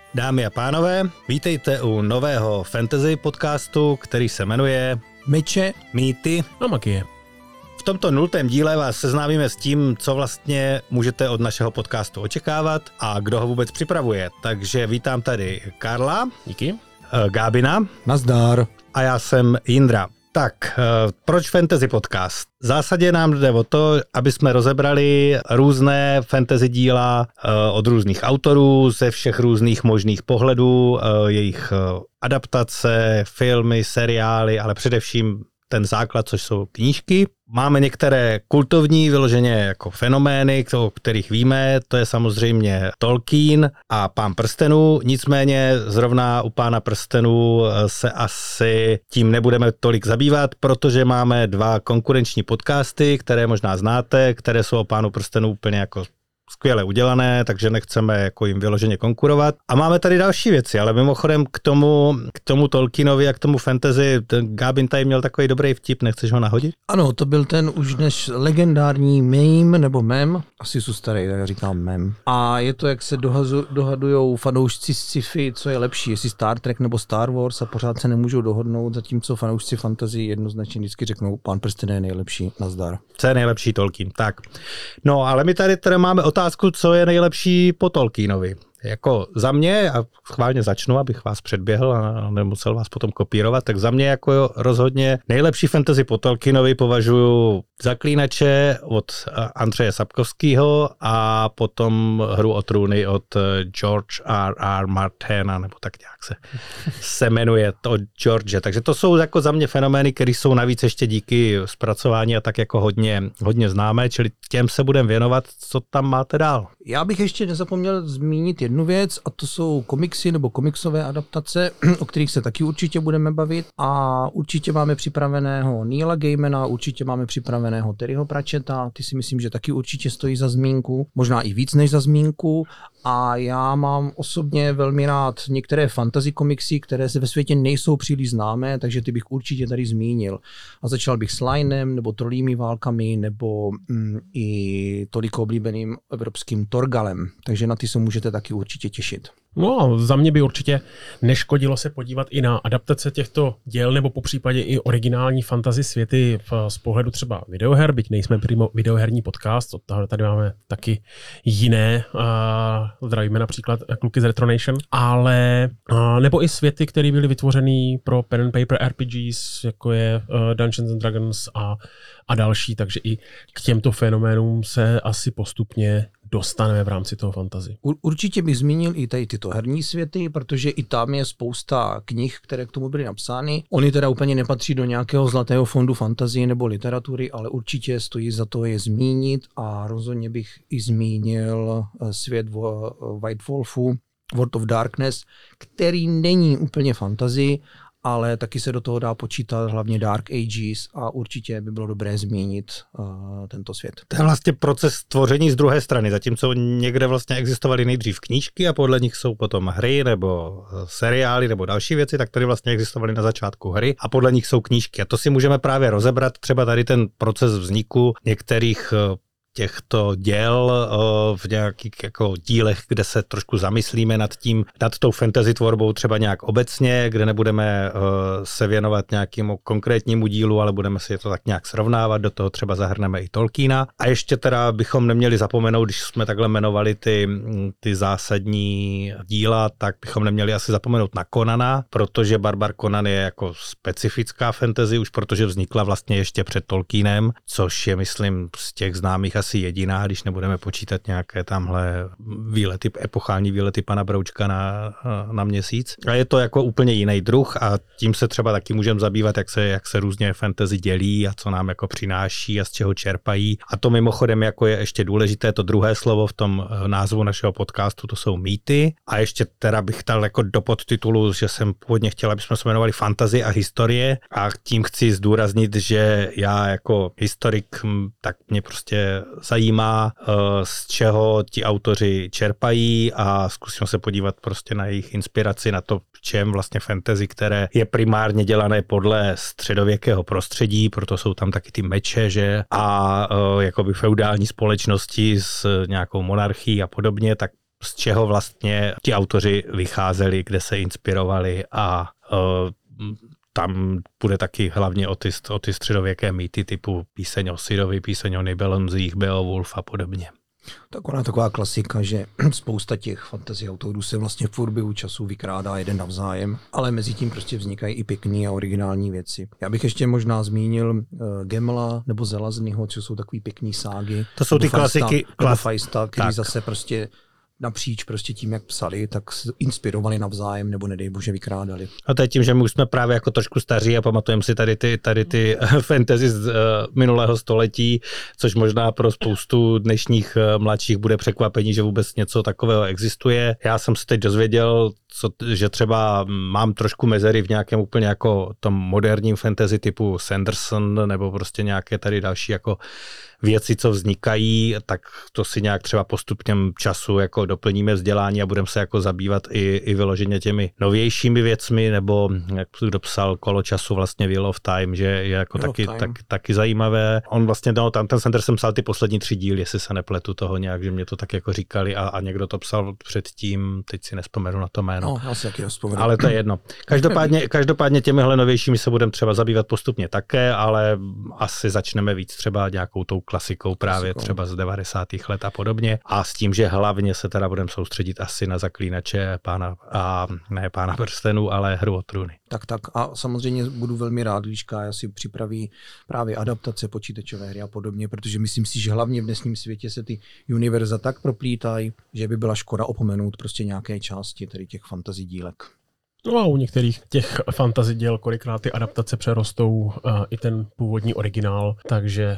Dámy a pánové, vítejte u nového fantasy podcastu, který se jmenuje Meče, mýty a magie. V tomto 0. díle vás seznámíme s tím, co vlastně můžete od našeho podcastu očekávat a kdo ho vůbec připravuje. Takže vítám tady Karla, Díky. Gábina Nazdar. a já jsem Jindra. Tak, proč fantasy podcast? V zásadě nám jde o to, aby jsme rozebrali různé fantasy díla od různých autorů, ze všech různých možných pohledů, jejich adaptace, filmy, seriály, ale především ten základ, což jsou knížky. Máme některé kultovní, vyloženě jako fenomény, o kterých víme, to je samozřejmě Tolkien a Pán prstenů, nicméně zrovna u Pána prstenů se asi tím nebudeme tolik zabývat, protože máme dva konkurenční podcasty, které možná znáte, které jsou o Pánu prstenů úplně jako skvěle udělané, takže nechceme jako jim vyloženě konkurovat. A máme tady další věci, ale mimochodem k tomu Tolkienovi a k tomu fantasy, Gábin tady měl takový dobrý vtip, nechceš ho nahodit? Ano, to byl ten už dnes legendární meme, nebo mem, asi jsou starý, tak já říkám mem. A je to, jak se dohadujou fanoušci sci-fi, co je lepší, jestli Star Trek nebo Star Wars a pořád se nemůžou dohodnout, zatímco fanoušci fantasy jednoznačně vždycky řeknou, Pán prstenů je nejlepší, nazdar. Co je nejlepší Tolkien, tak. No, ale my tady máme otázku, co je nejlepší po Tolkienovi. Jako za mě, a chválně začnu, abych vás předběhl a nemusel vás potom kopírovat, tak za mě jako rozhodně nejlepší fantasy po Tolkienovi považuji Zaklínače od Andřeje Sapkowského a potom Hru o trůny od George R.R. Martina, nebo tak nějak se jmenuje to George. Takže to jsou jako za mě fenomény, které jsou navíc ještě díky zpracování a tak jako hodně známé, čili těm se budeme věnovat, co tam máte dál. Já bych ještě nezapomněl zmínit jednu věc, a to jsou komiksy nebo komiksové adaptace, o kterých se taky určitě budeme bavit, a určitě máme připraveného Neila Gaimana, určitě máme připraveného Terryho Pratchetta, ty si myslím, že taky určitě stojí za zmínku, možná i víc než za zmínku, a já mám osobně velmi rád některé fantasy komiksy, které se ve světě nejsou příliš známé, takže ty bych určitě tady zmínil. A začal bych s Linem, nebo Trolími válkami, nebo i toliko oblíbeným evropským Torgalem, takže na ty se můžete taky určitě těšit. No, za mě by určitě neškodilo se podívat i na adaptace těchto děl, nebo popřípadě i originální fantasy světy z pohledu třeba videoher, byť nejsme primo videoherní podcast, tady máme taky jiné, zdravíme například kluky z Retronation, ale nebo i světy, které byly vytvořeny pro pen and paper RPGs, jako je Dungeons and Dragons a další, takže i k těmto fenoménům se asi postupně dostaneme v rámci toho fantasy. Určitě bych zmínil i tady tyto herní světy, protože i tam je spousta knih, které k tomu byly napsány. Oni teda úplně nepatří do nějakého zlatého fondu fantasy nebo literatury, ale určitě stojí za to je zmínit, a rozhodně bych i zmínil svět White Wolfu, World of Darkness, který není úplně fantasy, ale taky se do toho dá počítat hlavně Dark Ages, a určitě by bylo dobré zmínit tento svět. To je vlastně proces tvoření z druhé strany, zatímco někde vlastně existovaly nejdřív knížky a podle nich jsou potom hry nebo seriály nebo další věci, tak tady vlastně existovaly na začátku hry a podle nich jsou knížky. A to si můžeme právě rozebrat, třeba tady ten proces vzniku některých těchto děl v nějakých jako dílech, kde se trošku zamyslíme nad tou fantasy tvorbou třeba nějak obecně, kde nebudeme se věnovat nějakému konkrétnímu dílu, ale budeme si to tak nějak srovnávat, do toho třeba zahrneme i Tolkiena. A ještě teda bychom neměli zapomenout, když jsme takhle jmenovali ty zásadní díla, tak bychom neměli asi zapomenout na Conana, protože Barbar Conan je jako specifická fantasy, už protože vznikla vlastně ještě před Tolkienem, což je, myslím, z těch známých asi jediná, když nebudeme počítat nějaké tamhle epochální výlety pana Broučka na měsíc. A je to jako úplně jiný druh a tím se třeba taky můžeme zabývat, jak se různě fantasy dělí a co nám jako přináší a z čeho čerpají. A to mimochodem jako je ještě důležité, to druhé slovo v tom názvu našeho podcastu, to jsou mýty. A ještě teda bych dal jako do podtitulu, že jsem původně chtěl, aby jsme se jmenovali fantasy a historie, a tím chci zdůraznit, že já jako historik, tak mě prostě zajímá, z čeho ti autoři čerpají, a zkusím se podívat prostě na jejich inspiraci, na to, v čem vlastně fantasy, které je primárně dělané podle středověkého prostředí, proto jsou tam taky ty meče, že, a jakoby feudální společnosti s nějakou monarchií a podobně, tak z čeho vlastně ti autoři vycházeli, kde se inspirovali a tam bude taky hlavně o ty středověké mýty typu píseň o Sidovi, píseň o Nibelungzích, Beowulf a podobně. Tak ona je taková klasika, že spousta těch fantasy autorů se vlastně v průběhu času vykrádá jeden navzájem, ale mezi tím prostě vznikají i pěkný a originální věci. Já bych ještě možná zmínil Gemla nebo Zelaznyho, co jsou takový pěkný ságy. To jsou ty klasiky. Feista, který zase prostě napříč prostě tím, jak psali, tak inspirovali navzájem nebo nedej bože vykrádali. A to je tím, že my už jsme právě jako trošku staří a pamatujeme si tady ty fantasy z minulého století, což možná pro spoustu dnešních mladších bude překvapení, že vůbec něco takového existuje. Já jsem se teď dozvěděl, že třeba mám trošku mezery v nějakém úplně jako tom moderním fantasy typu Sanderson nebo prostě nějaké tady další jako věci, co vznikají, tak to si nějak třeba postupem času jako doplníme vzdělání a budeme se jako zabývat i vyloženě těmi novějšími věcmi, nebo jak kdo psal Kolo času vlastně Wheel of Time, že je jako taky zajímavé. On vlastně, tam ten Sanderson psal ty poslední 3 díly, jestli se nepletu toho nějak, že mě to tak jako říkali a někdo to psal předtím, teď si nespomenu na to jméno. No, já si taky vzpomenu. Ale to je jedno. Každopádně těmihle novějšími se budeme třeba zabývat postupně také, ale asi začneme víc třeba nějakou tou klasikou právě třeba z 90. let a podobně. A s tím, že hlavně se teda budeme soustředit asi na Zaklínače ne Pána prstenů, ale Hru o trůny. Tak a samozřejmě budu velmi rád, když Kája si připraví právě adaptace počítačové hry a podobně, protože myslím si, že hlavně v dnešním světě se ty univerza tak proplítají, že by byla škoda opomenout prostě nějaké části tady těch fantasy dílek. No a u některých těch fantasy děl kolikrát ty adaptace přerostou i ten původní originál, takže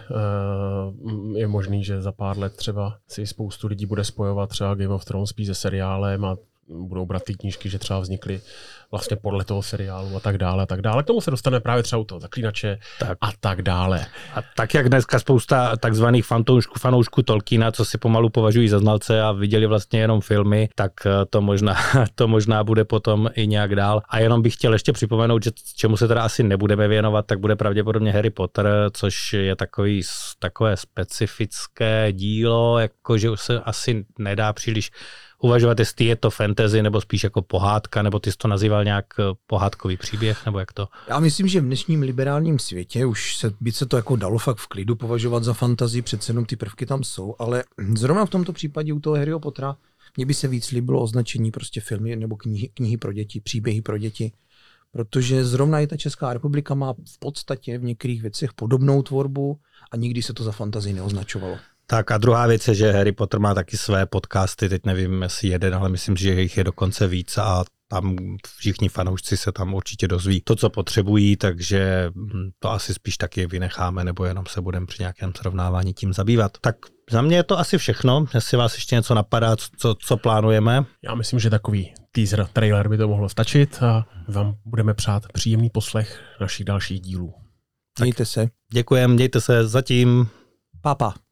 je možný, že za pár let třeba si spoustu lidí bude spojovat třeba Game of Thrones spíš se seriálem a budou brát ty knížky, že třeba vznikly vlastně podle toho seriálu a tak dále. K tomu se dostane právě třeba u toho Zaklínače a tak dále. A tak jak dneska spousta takzvaných fanoušků Tolkiena, co si pomalu považují za znalce a viděli vlastně jenom filmy, tak to možná bude potom i nějak dál. A jenom bych chtěl ještě připomenout, že čemu se teda asi nebudeme věnovat, tak bude pravděpodobně Harry Potter, což je takové specifické dílo, jakože se asi nedá příliš uvažovat, jestli je to fantasy, nebo spíš jako pohádka, nebo ty jsi to nazýval nějak pohádkový příběh, nebo jak to? Já myslím, že v dnešním liberálním světě už by se to jako dalo fakt v klidu považovat za fantasy, přece jenom ty prvky tam jsou, ale zrovna v tomto případě u toho Harryho Pottera mně by se víc líbilo označení prostě filmy nebo knihy pro děti, příběhy pro děti, protože zrovna i ta Česká republika má v podstatě v některých věcech podobnou tvorbu a nikdy se to za fantasy neoznačovalo. Tak a druhá věc je, že Harry Potter má taky své podcasty, teď nevím, jestli jeden, ale myslím, že jich je dokonce víc a tam všichni fanoušci se tam určitě dozví to, co potřebují, takže to asi spíš taky vynecháme, nebo jenom se budeme při nějakém srovnávání tím zabývat. Tak za mě je to asi všechno, jestli vás ještě něco napadá, co plánujeme. Já myslím, že takový teaser, trailer by to mohlo stačit a vám budeme přát příjemný poslech našich dalších dílů. Mějte se. Děkujem, mějte se zatím. Papa.